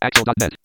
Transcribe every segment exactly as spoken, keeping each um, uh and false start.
axel ドットネット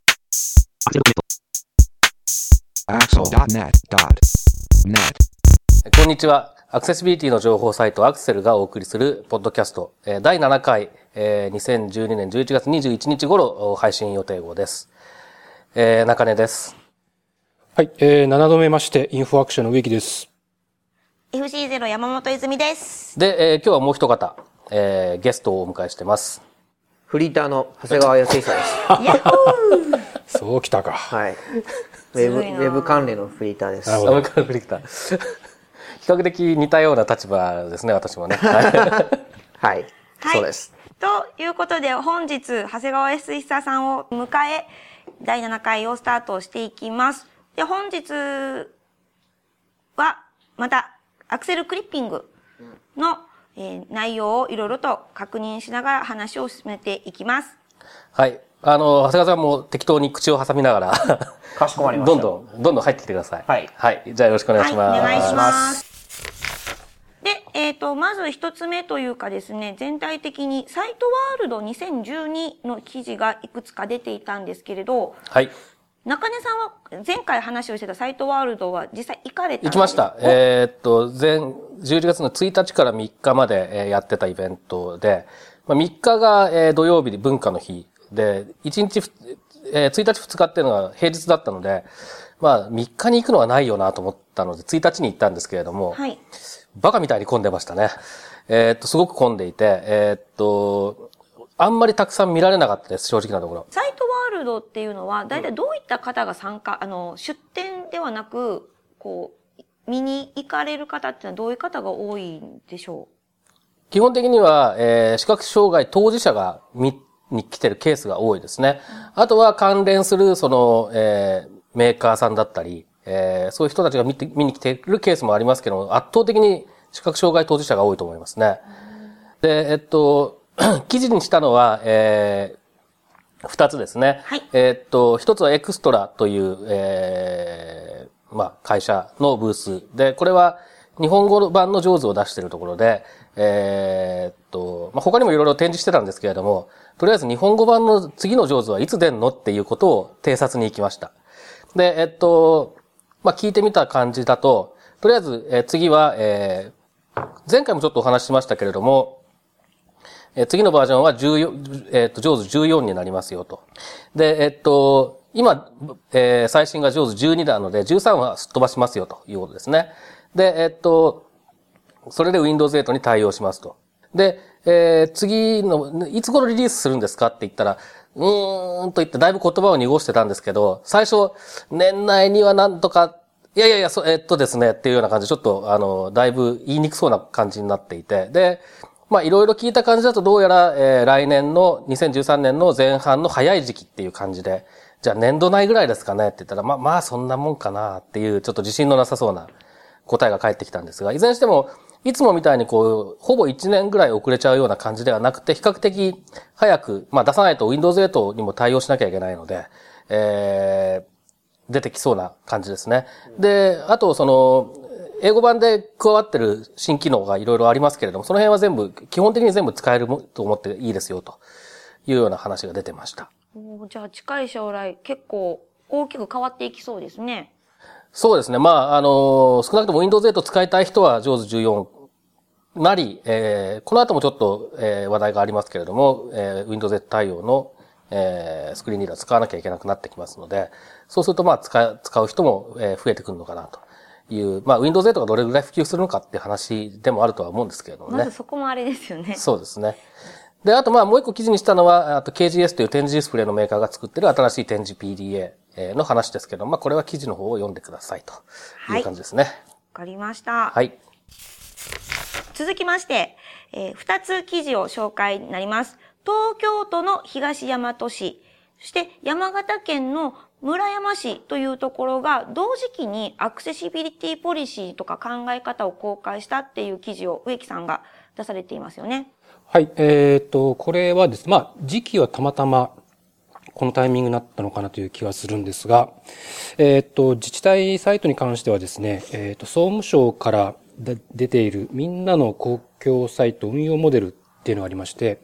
axel ドットネットこんにちは。アクセシビリティの情報サイトアクセルがお送りするポッドキャストだいななかい、にせんじゅうにねんじゅういちがつにじゅういちにち頃配信予定号です。えー、中根です。 はい、えー、ななどめましてインフォアクションの植木です。 エフシーゼロ 山本泉です。 で、えー、今日はもう一方、えー、ゲストをお迎えしてます。 フリーターの長谷川康久です。 ヤッホーそうきたか。 はい。ウェブ、ウェブ関連のフリーターです。 ウェブ関連フリーター。比較的似たような立場ですね、私もね。はい。 はい、そうです。 ということで、本日、長谷川康久さんを迎え、だいななかいをスタートしていきます。で、本日は、また、アクセルクリッピングの、えー、内容をいろいろと確認しながら話を進めていきます。 はい。あの、長谷川さんも適当に口を挟みながら、 かしこまりました。 どんどん、どんどん入ってきてください。 はい。 はい。じゃあよろしくお願いします。 はい、お願いします。で、えっと、まず一つ目というかですね、全体的にサイトワールドにせんじゅうにの記事がいくつか出ていたんですけれど、 はい。 中根さんは前回話をしてたサイトワールドは実際行かれたんですか？ 行きました。えー、っと、前、じゅういちがつのついたちからみっかまでやってたイベントで、まあ、みっかが土曜日で文化の日で、いちにち、えー、ついたちふつかっていうのは平日だったので、まあみっかに行くのはないよなと思ったので、ついたちに行ったんですけれども、 はい。 バカみたいに混んでましたね。えー、っと、すごく混んでいて、えー、っと、あんまりたくさん見られなかったです、正直なところ。 サイトワールドっていうのは、大体どういった方が参加、あの、出展ではなく、こう、見に行かれる方っていうのはどういう方が多いんでしょう？ 基本的には、えー、視覚障害当事者が見に来てるケースが多いですね。うん、あとは関連する、その、えー、メーカーさんだったり、えー、そういう人たちが見て、見に来ているケースもありますけど、圧倒的に視覚障害当事者が多いと思いますね。うん、で、えっと、記事にしたのは、えー、二つですね。 はい。 えっと、一つはエクストラという、えー、まあ、会社のブースで、これは日本語版のジョーズを出しているところで、えー、っと、まあ、他にもいろいろ展示してたんですけれども、とりあえず日本語版の次のジョーズはいつ出んのっていうことを偵察に行きました。で、えっと、まあ、聞いてみた感じだと、とりあえず、えー、次は、えー、前回もちょっとお話ししましたけれども、えー、次のバージョンはじゅうよん、えっと、ジョーズじゅうよんになりますよと。で、えっと、今、えー、最新がジョーズじゅうになので、じゅうさんはすっ飛ばしますよということですね。で、えっと、それで ウィンドウズエイト に対応しますと。で、えー、次の、いつ頃リリースするんですかって言ったら、うーんと言ってだいぶ言葉を濁してたんですけど、最初、年内にはなんとか、いやいやいや、そえっとですね、っていうような感じで、ちょっと、あの、だいぶ言いにくそうな感じになっていて、で、まあ、いろいろ聞いた感じだと、どうやら、えー、来年のにせんじゅうさんねんの前半の早い時期っていう感じで、じゃあ年度内ぐらいですかねって言ったら、まあ、まあ、そんなもんかなっていう、ちょっと自信のなさそうな答えが返ってきたんですが、いずれにしても、いつもみたいにこう、ほぼいちねんぐらい遅れちゃうような感じではなくて、比較的早く、まあ出さないと ウィンドウズエイト にも対応しなきゃいけないので、えー、出てきそうな感じですね。で、あとその、英語版で加わってる新機能がいろいろありますけれども、その辺は全部、基本的に全部使えると思っていいですよ、というような話が出てました。 おじゃあ近い将来結構大きく変わっていきそうですね。 そうですね。まあ、あの、少なくとも ウィンドウズエイト 使いたい人は ジョーズじゅうよん なり、えー、この後もちょっと、えー、話題がありますけれども、えー、ウィンドウズエイト 対応の、えー、スクリーンリーダー使わなきゃいけなくなってきますので、そうするとまあ使う、使う人も、えー、増えてくるのかなという、まあ ウィンドウズエイト がどれぐらい普及するのかっていう話でもあるとは思うんですけれどもね。 まずそこもあれですよね。 そうですね。で、あとまあもう一個記事にしたのは、あと ケージーエス という展示ディスプレイのメーカーが作っている新しい展示 ピーディーエー の話ですけど、まあこれは記事の方を読んでくださいという感じですね。 わかりました。 はい。 続きまして、えー、二つ記事を紹介になります。東京都の東大和市、そして山形県の村山市というところが同時期にアクセシビリティポリシーとか考え方を公開したっていう記事を植木さんが出されていますよね。 はい、えっと、これはですね、まあ、時期はたまたまこのタイミングになったのかなという気はするんですが、えっと、自治体サイトに関してはですね、えっと、総務省から出ているみんなの公共サイト運用モデルっていうのがありまして、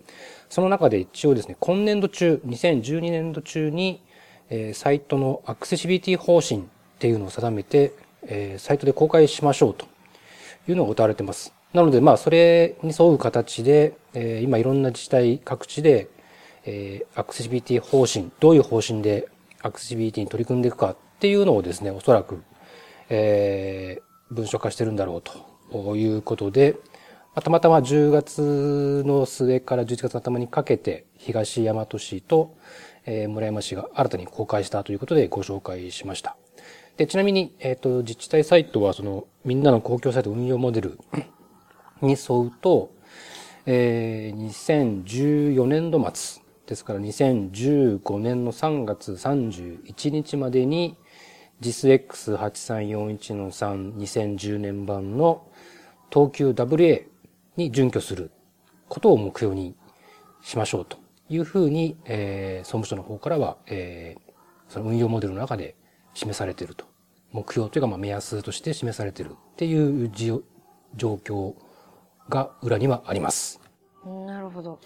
その中で一応ですね、今年度中、にせんじゅうにねんど中に、えー、サイトのアクセシビリティ方針っていうのを定めて、えー、サイトで公開しましょうというのが謳われています。なので、まあ、それに沿う形で、えー、今いろんな自治体各地で、えー、アクセシビリティ方針、どういう方針でアクセシビリティに取り組んでいくかっていうのをですね、おそらく、えー、文書化してるんだろうということで、たまたまじゅうがつの末からじゅういちがつの頭にかけて、東大和市と、えー、村山市が新たに公開したということでご紹介しました。で、ちなみに、えっと、自治体サイトは、その、みんなの公共サイト運用モデルに沿うと、えー、にせんじゅうよねんど末、ですからにせんじゅうごねんのさんがつさんじゅういちにちまでに ジスエックスはちさんよんいちのさん にせんじゅうねんばんの等級 ダブリューエー に準拠することを目標にしましょうというふうに、えー、総務省の方からは、えー、その運用モデルの中で示されていると。目標というか、まあ、目安として示されているっていう状況が裏にはあります。 なるほど。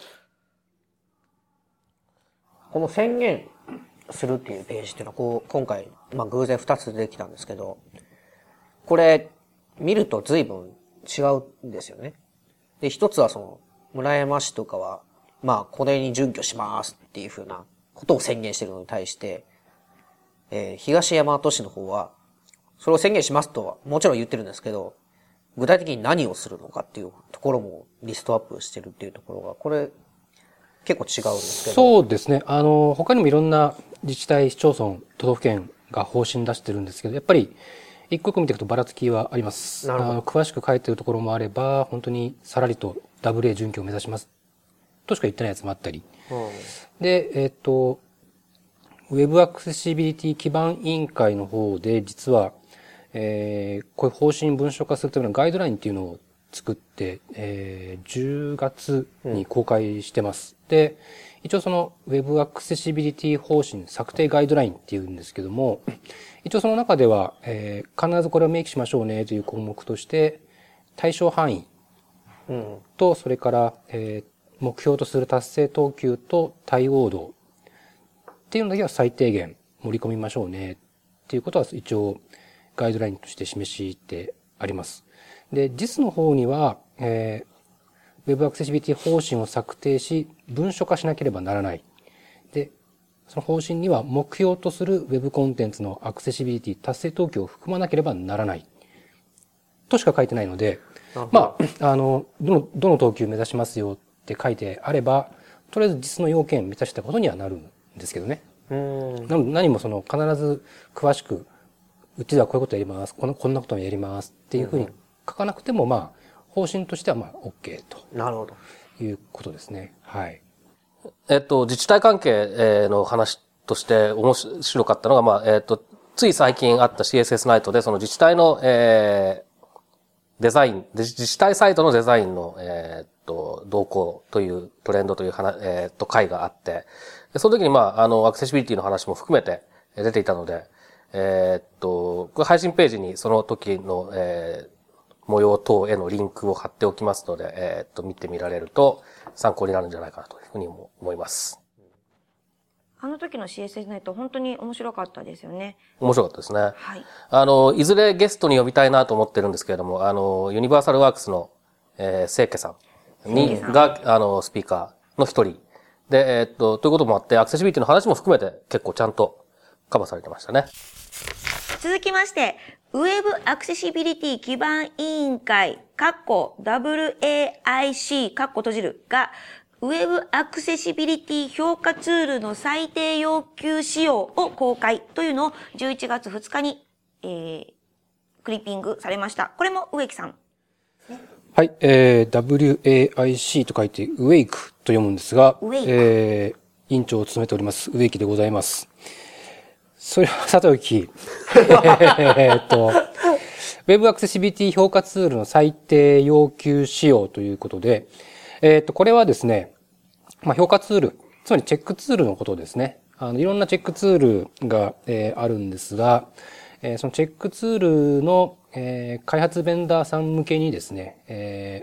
この宣言するっていうページっていうのは、こう、今回、まあ、偶然二つ出てきたんですけど、これ、見ると随分違うんですよね。で、一つはその、村山市とかは、まあ、これに準拠しますっていうふうなことを宣言しているのに対して、えー、東大和市の方は、それを宣言しますとは、もちろん言ってるんですけど、具体的に何をするのかっていうところもリストアップしてるっていうところが、これ、結構違うんですけど。 そうですね。あの、他にもいろんな自治体、市町村、都道府県が方針出してるんですけど、やっぱり、一個一個見ていくとばらつきはあります。 なるほど。 あの詳しく書いてるところもあれば、本当にさらりと ダブリューエー 準拠を目指します。としか言ってないやつもあったり。 うん、 で、えっと、ウェブアクセシビリティ基盤委員会の方で、実は、えー、こういう方針文書化するためのガイドラインっていうのを作って、えー、じゅうがつに公開してます。うん、で、一応その Web アクセシビリティ方針策定ガイドラインっていうんですけども、一応その中では、えー、必ずこれを明記しましょうねという項目として、対象範囲と、うん、それから、えー、目標とする達成等級と対応度っていうのだけは最低限盛り込みましょうねっていうことは一応ガイドラインとして示してあります。で、ジス の方には、えー、Web アクセシビリティ方針を策定し、文書化しなければならない。で、その方針には目標とする Web コンテンツのアクセシビリティ達成等級を含まなければならない。としか書いてないので、まあ、あの、どの、どの等級目指しますよって書いてあれば、とりあえず実の要件目指したことにはなるんですけどね。うん何もその必ず詳しく、うちではこういうことをやります。この、こんなことをやりますっていうふうに書かなくても、まあ、方針としてはまあ OK と。 なるほど。 いうことですね。はい。 えっと、自治体関係の話として面白かったのが、まあ、えっと、つい最近あった シーエスエス ナイトで、その自治体の、えー、デザイン、自治体サイトのデザインの、えー、っと、動向というトレンドという話、えー、っと、会があって、その時にまあ、あの、アクセシビリティの話も含めて出ていたので、えー、っと、これ配信ページにその時の、えー、模様等へのリンクを貼っておきますので、えー、っと、見てみられると参考になるんじゃないかなというふうにも思います。 あの時の シーエスエス ナイト本当に面白かったですよね。 面白かったですね。 はい。 あの、いずれゲストに呼びたいなと思ってるんですけれども、あの、ユニバーサルワークスの、えー、清家さんに、が、あの、スピーカーの一人。で、えー、っと、ということもあって、アクセシビリティの話も含めて結構ちゃんとカバーされてましたね。 続きまして、ウェブアクセシビリティ基盤委員会、カッコ ダブリューエーアイシー、カッコ閉じるが、ウェブアクセシビリティ評価ツールの最低要求仕様を公開というのをじゅういちがつふつかに、えー、クリッピングされました。これも植木さん。 はい、えー、ダブリューエーアイシー と書いて、ウェイクと読むんですが、えー、委員長を務めております、植木でございます。それはさておき、えっと、ウェブアクセシビリティ評価ツールの最低要求仕様ということで、えっと、これはですね、まあ、評価ツール、つまりチェックツールのことですね。あの、いろんなチェックツールが、えー、あるんですが、えー、そのチェックツールの、えー、開発ベンダーさん向けにですね、えー、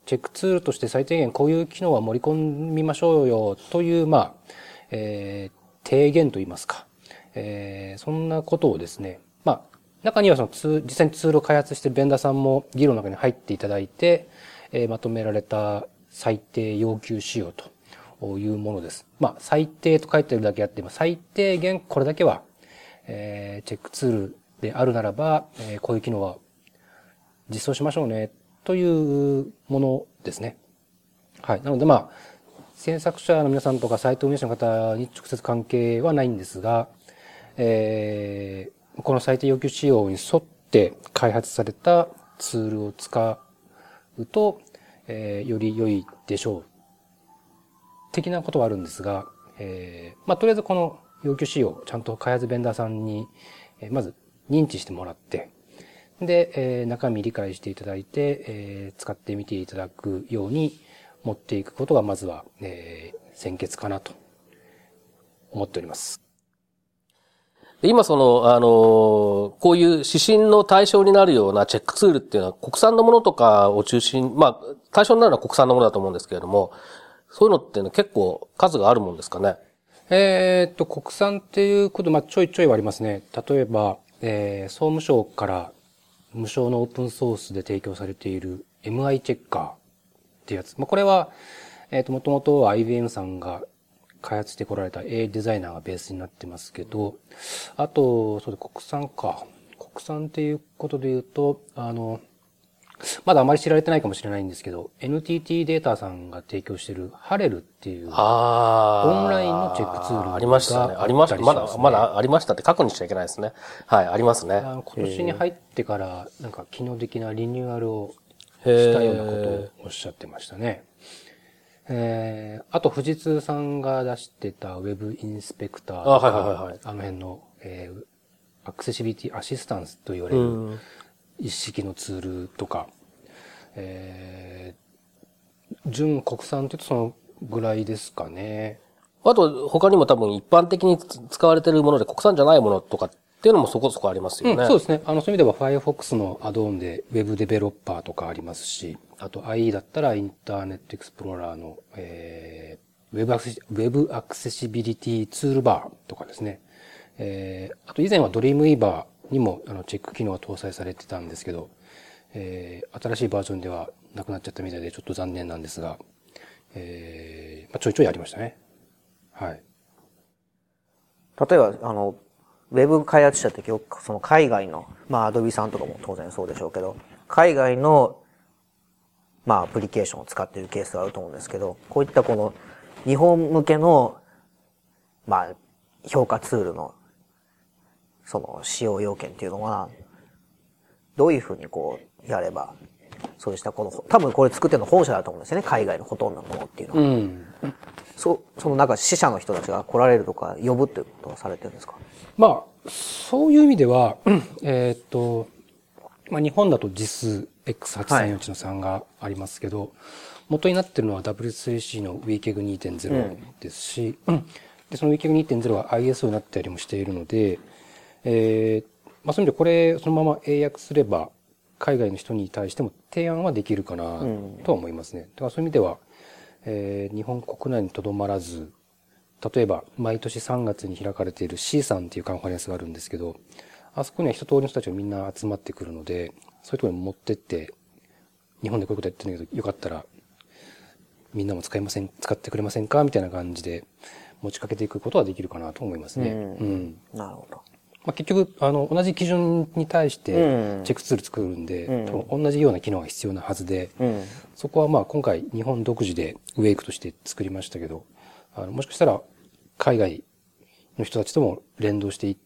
チェックツールとして最低限こういう機能は盛り込みましょうよという、まあ、えー、提言といいますか、えー、そんなことをですね、まあ、中にはそのツー実際にツールを開発しているベンダーさんも議論の中に入っていただいて、えー、まとめられた最低要求仕様というものです。まあ、最低と書いてるだけあって、最低限これだけは、えー、チェックツールであるならば、えー、こういう機能は実装しましょうねというものですね。はい。なのでまあ、制作者の皆さんとかサイト運営者の方に直接関係はないんですが、えー、この最低要求仕様に沿って開発されたツールを使うと、えー、より良いでしょう。的なことはあるんですが、えー、まあ、とりあえずこの要求仕様をちゃんと開発ベンダーさんに、えー、まず認知してもらって、で、えー、中身理解していただいて、えー、使ってみていただくように持っていくことがまずは、えー、先決かなと思っております。 今その、あの、こういう指針の対象になるようなチェックツールっていうのは国産のものとかを中心、まあ、対象になるのは国産のものだと思うんですけれども、そういうのっていうのは結構数があるもんですかね。 えー、っと、国産っていうこと、まあ、ちょいちょいはありますね。例えば、えー、総務省から無償のオープンソースで提供されている エムアイ チェッカーっていうやつ。まあ、これは、えー、っと、もともと アイビーエム さんが開発してこられた A デザイナーがベースになってますけど、あと、そうで国産か。国産っていうことで言うと、あの、まだあまり知られてないかもしれないんですけど、エヌティーティー データさんが提供しているハレルっていう、オンラインのチェックツールがありましたね。ありました。まだ、まだありましたって過去にしちゃいけないですね。はい、ありますね。 あの今年に入ってから、なんか機能的なリニューアルをしたようなことをおっしゃってましたね。えー、あと、富士通さんが出してた Web インスペクターとか、 あ、はいはいはいはい、あの辺の、えー、アクセシビリティアシスタンスと言われる一式のツールとか、えー、純国産というとそのぐらいですかね。 あと、他にも多分一般的に使われているもので国産じゃないものとかっていうのもそこそこありますよね。 うん、そうですね。あの、そういう意味では Firefox のアドオンで Web デベロッパーとかありますし、あと アイイー だったらインターネットエクスプローラーの、えー、Web アクセシ、Web アクセシビリティツールバーとかですね。えー、あと以前は Dreamweaver にもあのチェック機能が搭載されてたんですけど、えー、新しいバージョンではなくなっちゃったみたいでちょっと残念なんですが、えーまあ、ちょいちょいありましたね。はい。 例えば、あの、ウェブ開発者ってよく、その海外の、まあ、Adobe さんとかも当然そうでしょうけど、海外の、まあ、アプリケーションを使っているケースがあると思うんですけど、こういったこの、日本向けの、まあ、評価ツールの、その、使用要件っていうのは、どういうふうにこう、やれば、そうしたこの、多分これ作ってるの本社だと思うんですよね。海外のほとんどのものっていうのは。うん。そ、そのなんか支社の人たちが来られるとか、呼ぶっていうことはされてるんですか？ まあ、そういう意味では、えっと、まあ日本だと ジスエックスはちさんよんいち のさんがありますけど、はい、元になってるのは ダブリュースリーシー の ウィーケグにてんゼロ ですし、うん、で、その ウィーケグにてんゼロ は アイエスオー になったりもしているので、えー、まあそういう意味でこれそのまま英訳すれば、海外の人に対しても提案はできるかなとは思いますね。だからそういう意味では、えー、日本国内にとどまらず、例えば毎年さんがつに開かれている シー さんっていうカンファレンスがあるんですけど、あそこには一通りの人たちがみんな集まってくるので、そういうところに持ってって、日本でこういうことやってるんだけど、よかったらみんなも使いません、使ってくれませんかみたいな感じで持ちかけていくことはできるかなと思いますね。うん。うん、 なるほど。 まあ、結局、あの、同じ基準に対してチェックツール作るんで、うん、同じような機能が必要なはずで、うん、そこはまあ今回日本独自でウェイクとして作りましたけど、あのもしかしたら海外の人たちとも連動していって、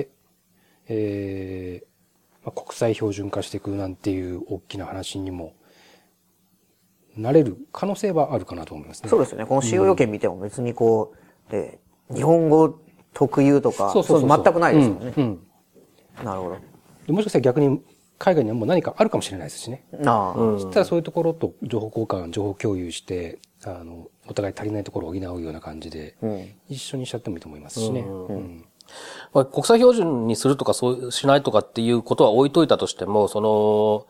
えーまあ、国際標準化していくなんていう大きな話にもなれる可能性はあるかなと思いますね。 そうですよね。この使用要件見ても別にこう、で日本語特有とか、そうそうそうそう全くないですよね、うんうん。なるほど。 でもしかしたら逆に海外にはもう何かあるかもしれないですしね。ああ。そしたらそういうところと情報交換、情報共有して、あの、お互い足りないところを補うような感じで、うん、一緒にしちゃってもいいと思いますしね。うんうんうんまあ、国際標準にするとかそうしないとかっていうことは置いといたとしても、その、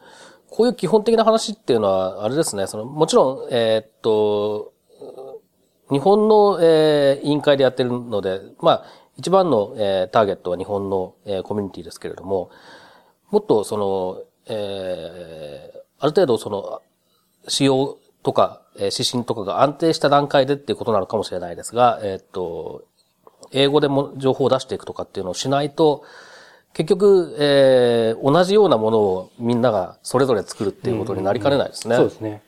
こういう基本的な話っていうのは、あれですね、その、もちろん、えーっと、日本の、えー、委員会でやってるので、まあ、一番の、えー、ターゲットは日本の、えー、コミュニティですけれども、もっとその、えー、ある程度その、仕様とか、えー、指針とかが安定した段階でっていうことなのかもしれないですが、えーっと、英語でも情報を出していくとかっていうのをしないと、結局、えー、同じようなものをみんながそれぞれ作るっていうことになりかねないですね。 うんうんうん、そうですね。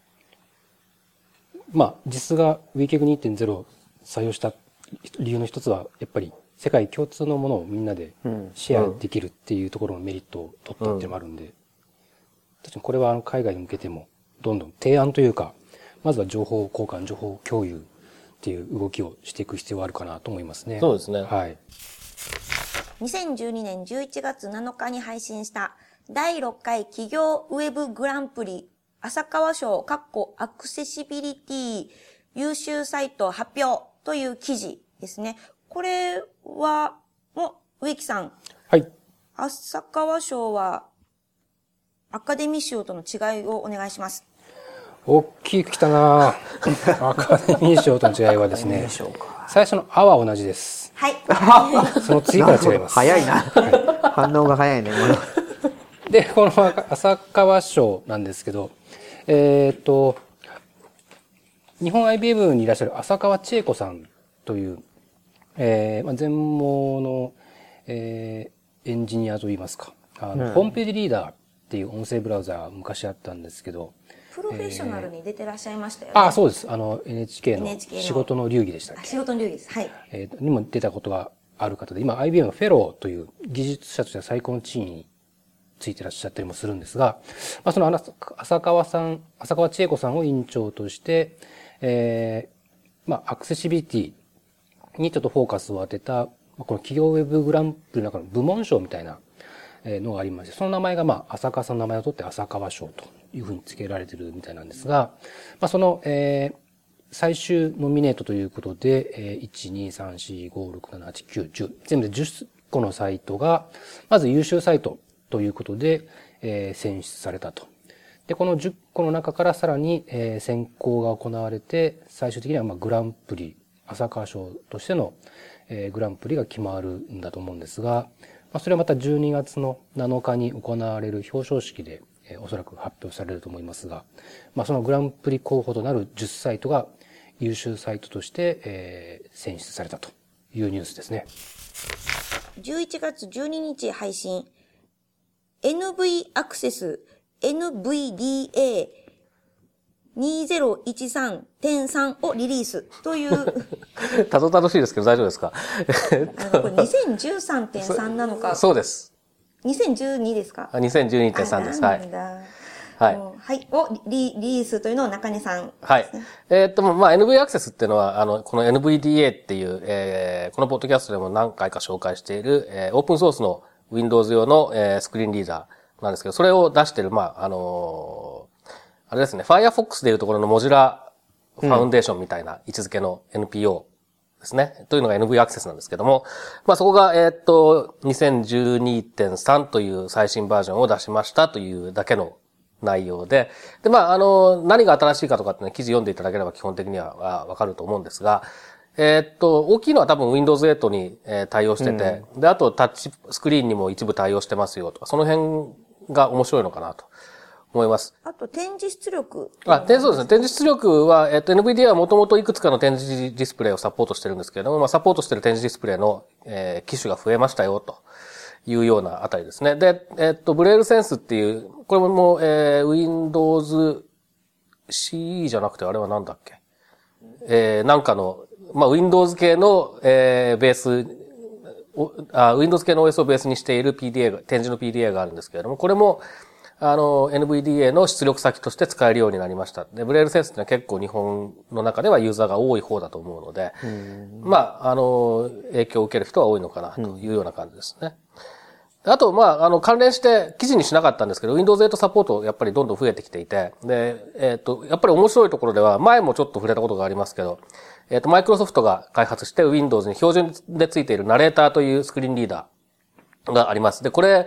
まあ、実が ウィーケグにてんゼロ を採用した理由の一つは、やっぱり世界共通のものをみんなでシェアできるっていうところのメリットを取ったっていうのもあるんで、うん、確かにこれはあの海外に向けてもどんどん提案というか、まずは情報交換、情報共有っていう動きをしていく必要があるかなと思いますね。 そうですね。 はい。 にせんじゅうにねんじゅういちがつなのかに配信しただいろっかい企業ウェブグランプリ浅川賞（アクセシビリティ優秀サイト発表）という記事ですね。これは、もう、植木さん。 はい。 浅川賞はアカデミー賞との違いをお願いします。 大きく来たなアカデミー賞との違いはですね、最初の「あ」は同じです。 はい。 その次から違います。 早いな。はい、反応が早いね。 で、この浅川賞なんですけど、えっと、日本 アイビーエム にいらっしゃる浅川千恵子さんという、えーまあ、全盲の、えー、エンジニアといいますか、あの、うん、ホームページリーダーっていう音声ブラウザー昔あったんですけど、 プロフェッショナルに出てらっしゃいましたよね。 えー、あ、そうです。あの エヌエイチケー の仕事の流儀でしたっけ。 仕事の流儀です。はい。 えー、にも出たことがある方で、今 アイビーエム のフェローという技術者としては最高の地位についてらっしゃったりもするんですが、まあ、その浅川さん、浅川千恵子さんを委員長として、えー、まあ、アクセシビリティにちょっとフォーカスを当てた、この企業ウェブグランプリの中の部門賞みたいなのがありまして、その名前がまあ、浅川さんの名前を取って浅川賞というふうに付けられているみたいなんですが、まあ、その、えー、最終ノミネートということで、えー、いち、に、さん、よん、ご、ろく、なな、はち、きゅう、じゅう、全部でじゅっこのサイトが、まず優秀サイトということで、えー、選出されたと。で、このじゅっこの中からさらに、えー、選考が行われて、最終的にはまあグランプリ、浅川賞としての、えー、グランプリが決まるんだと思うんですが、まあ、それはまたじゅうにがつのなのかに行われる表彰式で、えー、おそらく発表されると思いますが、まあ、そのグランプリ候補となるじゅっサイトが優秀サイトとして、えー、選出されたというニュースですね。 じゅういちがつじゅうににち配信、エヌブイ アクセス エヌブイディーエーにせんじゅうさんてんさん をリリースという。 たどたどしいですけど大丈夫ですか？ あのこれにせんじゅうさんてんさん なのか。 そうです。 にせんじゅうにですか？ にせんじゅうにてんさん です。はい。 はい。はい。をリリースというのを中根さん、ね。 はい。えー、っと、まあ、エヌブイ アクセスっていうのは、あの、この エヌブイディーエー っていう、えー、このポッドキャストでも何回か紹介している、えー、オープンソースの Windows 用の、えー、スクリーンリーダーなんですけど、それを出してる、まあ、あのー、あれですね、Firefox でいうところの Mozilla Foundation みたいな位置づけの エヌピーオー ですね。うん、というのが エヌブイ アクセスなんですけども、まあ、そこが、えー、っと、にせんじゅうにてんさん という最新バージョンを出しましたというだけの内容で、で、まあ、あの、何が新しいかとかってね、記事読んでいただければ基本的にはわかると思うんですが、えー、っと、大きいのは多分 ウィンドウズエイト に、えー、対応してて、うん、で、あとタッチスクリーンにも一部対応してますよとか、その辺が面白いのかなと思います。 あと、展示出力。 あ、そうですね。展示出力は、えっと、エヌブイディーエー はもともといくつかの展示ディスプレイをサポートしてるんですけれども、まあ、サポートしてる展示ディスプレイの、えー、機種が増えましたよと。いうようなあたりですね。で、えっと、ブレールセンスっていう、これも、えー、Windows シーイー じゃなくて、あれはなんだっけ、えー、なんかの、まあ、Windows 系の、えー、ベース、あ、Windows 系の オーエス をベースにしている ピーディーエー が、展示の ピーディーエー があるんですけれども、これも、あの、エヌブイディーエー の出力先として使えるようになりました。で、ブレールセンスってのは結構日本の中ではユーザーが多い方だと思うので、まあ、あの、影響を受ける人は多いのかなというような感じですね。あと、まあ、あの、関連して記事にしなかったんですけど、ウィンドウズエイト サポートやっぱりどんどん増えてきていて、で、えっと、やっぱり面白いところでは、前もちょっと触れたことがありますけど、えっと、マイクロソフトが開発して Windows に標準でついているナレーターというスクリーンリーダーがあります。で、これ、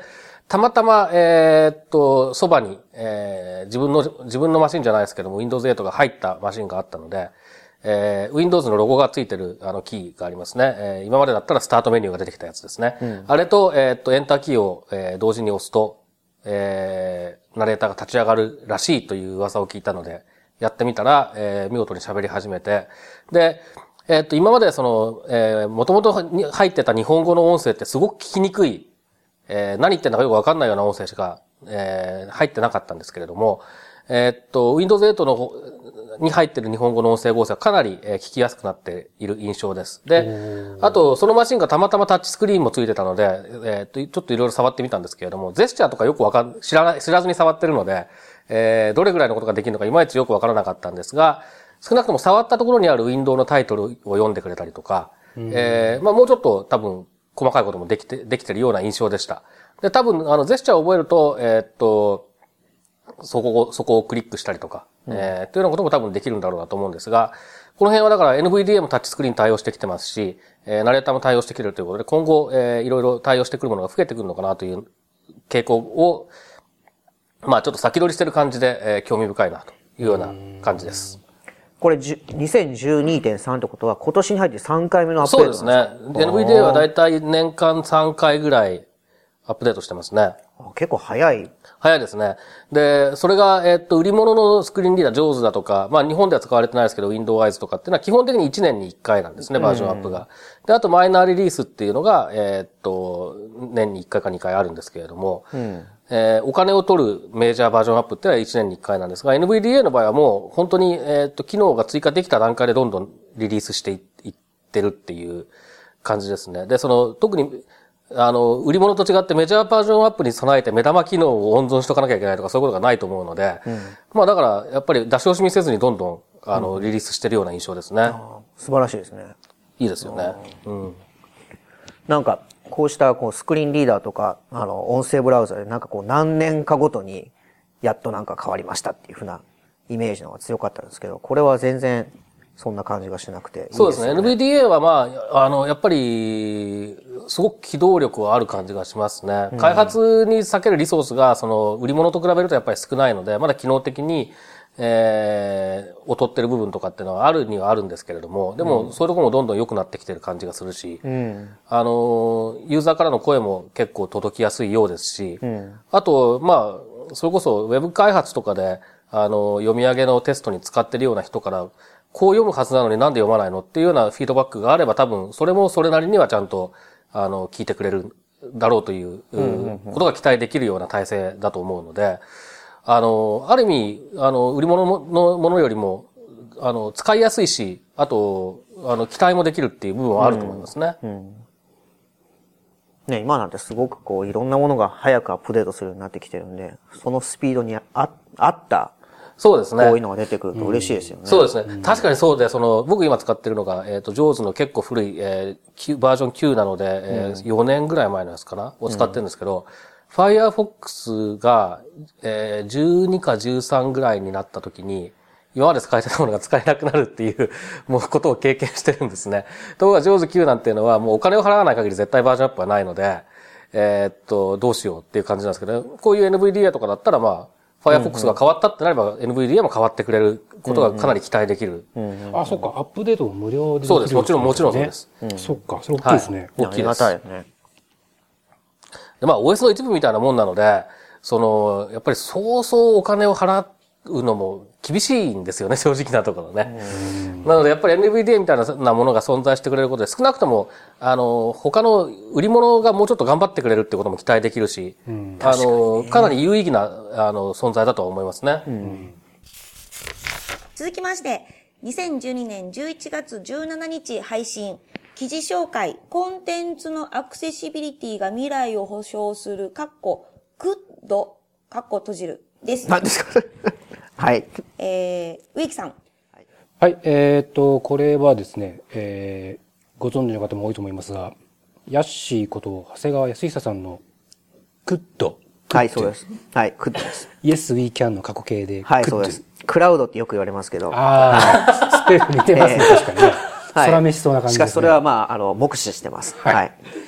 たまたま、えーっと、そばに、えー、自分の、自分のマシンじゃないですけども、Windows エイトが入ったマシンがあったので、えー、Windows のロゴがついてる、あの、キーがありますね。えー、今までだったらスタートメニューが出てきたやつですね。うん、あれと、えー、っと、エンターキーを、えー、同時に押すと、えー、ナレーターが立ち上がるらしいという噂を聞いたので、やってみたら、えー、見事に喋り始めて、で、えー、っと、今までその、えー、元々に入ってた日本語の音声ってすごく聞きにくい、えー、何言ってんだかよくわかんないような音声しか、えー、入ってなかったんですけれども、えー、っと、Windows エイトのに入ってる日本語の音声合成はかなり、えー、聞きやすくなっている印象です。で、あと、そのマシンがたまたまタッチスクリーンもついてたので、えー、っと、ちょっといろいろ触ってみたんですけれども、ジェスチャーとかよくわかん、知らない、知らずに触ってるので、えー、どれぐらいのことができるのかいまいちよくわからなかったんですが、少なくとも触ったところにあるウィンドウのタイトルを読んでくれたりとか、えー、まあもうちょっと多分細かいこともできて、できてるような印象でした。で、多分、あの、ジェスチャーを覚えると、えー、っと、そこを、そこをクリックしたりとか、うん、えー、というようなことも多分できるんだろうなと思うんですが、この辺はだから エヌブイディーエー もタッチスクリーン対応してきてますし、えー、ナレーターも対応してきてるということで、今後、えー、いろいろ対応してくるものが増えてくるのかなという傾向を、まあちょっと先取りしてる感じで、えー、興味深いなというような感じです。 これ、にせんじゅうにてんさん ってことは、今年に入ってさんかいめのアップデートなんですか？ そうですね。エヌブイディーエー はだいたい年間さんかいぐらいアップデートしてますね。 結構早い。 早いですね。で、それが、えっと、売り物のスクリーンリーダー、ジョーズだとか、まあ日本では使われてないですけど、Windows とかっていうのは基本的にいちねんにいっかいなんですね、バージョンアップが。で、あとマイナーリリースっていうのが、えっと、年にいっかいかにかいあるんですけれども、うんえー、お金を取るメジャーバージョンアップってのはいちねんにいっかいなんですが、エヌブイディーエー の場合はもう本当に、えっと、機能が追加できた段階でどんどんリリースしていってるっていう感じですね。で、その、特に、あの、売り物と違ってメジャーバージョンアップに備えて目玉機能を温存しとかなきゃいけないとかそういうことがないと思うので、うん、まあだからやっぱり出し惜しみせずにどんどん、あの、リリースしてるような印象ですね。あ素晴らしいですね。 いいですよね。うん。 なんか、こうしたこうスクリーンリーダーとか、あの、音声ブラウザでなんかこう何年かごとにやっとなんか変わりましたっていうふうなイメージの方が強かったんですけど、これは全然そんな感じがしなくていいですよね。 そうですね。エヌブイディーエー はまあ、あの、やっぱり、すごく機動力はある感じがしますね。うん、開発に避けるリソースが、その、売り物と比べるとやっぱり少ないので、まだ機能的に、えー、劣ってる部分とかっていうのはあるにはあるんですけれども、でも、そういうところもどんどん良くなってきてる感じがするし、うん、あの、ユーザーからの声も結構届きやすいようですし、うん、あと、まあ、それこそウェブ開発とかで、あの、読み上げのテストに使ってるような人から、こう読むはずなのになんで読まないのっていうようなフィードバックがあれば多分、それもそれなりにはちゃんと、あの、聞いてくれるだろうということが期待できるような体制だと思うので、あの、ある意味、あの、売り物のものよりも、あの、使いやすいし、あと、あの、期待もできるっていう部分はあると思いますね。うんうん、 ね、今なんてすごくこう、いろんなものが早くアップデートするようになってきてるんで、そのスピードにあ、あった、 そうですね。 こういうのが出てくると嬉しいですよね。 うん、そうですね、うん。確かにそうで、その、僕今使ってるのが、えっと、ジョーズの結構古い、えー、バージョンきゅうなので、えー、よねんぐらい前のやつかなを使ってるんですけど、うん、Firefox が、えー、じゅうにかじゅうさんぐらいになった時に、今まで使えてたものが使えなくなるっていう、もうことを経験してるんですね。ところがジョーズきゅうなんていうのはもうお金を払わない限り絶対バージョンアップはないので、えー、っと、どうしようっていう感じなんですけど、こういう エヌブイディーエー とかだったらまあ、Firefox が変わったってなれば、うんうん、エヌブイディーエー も変わってくれることがかなり期待できる。 うんうん、あ、そっか、アップデートも無料でできる、 そうです。もちろん、もちろんそうです。 うん、そっか、それ大きいですね。 はい、大きいです。 ありがたいよね。 で、まあ、オーエス の一部みたいなもんなので、その、やっぱりそうそうお金を払うのも厳しいんですよね、正直なところね。なので、やっぱり エヌブイディーエー みたいなものが存在してくれることで、少なくとも、あの、他の売り物がもうちょっと頑張ってくれるってことも期待できるし、うん、あの、かなり有意義な、あの、存在だとは思いますね。うん、 続きまして、にせんじゅうにねんじゅういちがつじゅうしちにち配信、記事紹介、コンテンツのアクセシビリティが未来を保証する、カッコ、グッド、カッコ閉じる、です。 何ですかはい。 えー、植木さん。 はい、えっ、ー、と、これはですね、えー、ご存知の方も多いと思いますが、ヤッシーこと長谷川康久さんのクッド。 はい、そうです。はい、クッドです。 Yes, we can の過去形で。 はい、そうです。クラウドってよく言われますけど。 ああ、スペル似てますね、えー、確かにね。空飯そうな感じですね。 しかしそれはまあ、あの、目視してます。はい。 はい、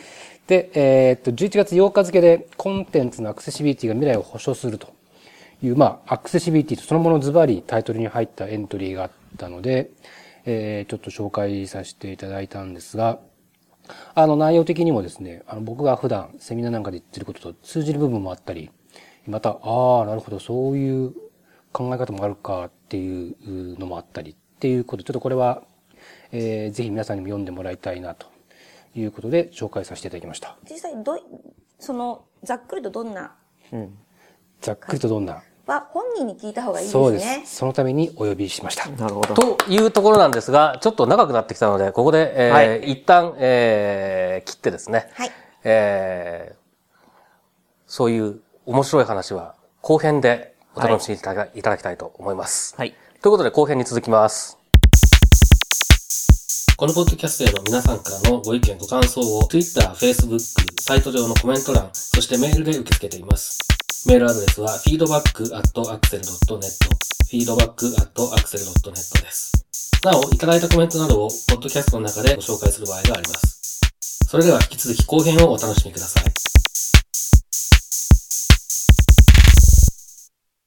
で、えー、っと、じゅういちがつようか付でコンテンツのアクセシビリティが未来を保証するという、まあ、アクセシビリティとそのものズバリタイトルに入ったエントリーがあったので、えー、ちょっと紹介させていただいたんですが、あの、内容的にもですね、あの、僕が普段セミナーなんかで言ってることと通じる部分もあったり、また、ああ、なるほど、そういう考え方もあるかっていうのもあったりっていうこと、ちょっとこれは、えー、ぜひ皆さんにも読んでもらいたいなということで紹介させていただきました。 実際ど、その、ざっくりとどんな、 うん。 ざっくりとどんなは本人に聞いた方がいいですね。 そうです。そのためにお呼びしました。 なるほど。 というところなんですが、ちょっと長くなってきたので、ここで、えーはい、一旦、えー、切ってですね、 はい、えー、そういう面白い話は後編でお楽しみいただきたいと思います。 はい。 ということで後編に続きます。このポッドキャストへの皆さんからのご意見ご感想を Twitter、Facebook、サイト上のコメント欄、そしてメールで受け付けています。メールアドレスは フィードバック アット アクセル ドット ネット フィードバック アット アクセル ドット ネット です。なお、いただいたコメントなどをポッドキャストの中でご紹介する場合があります。それでは引き続き後編をお楽しみください。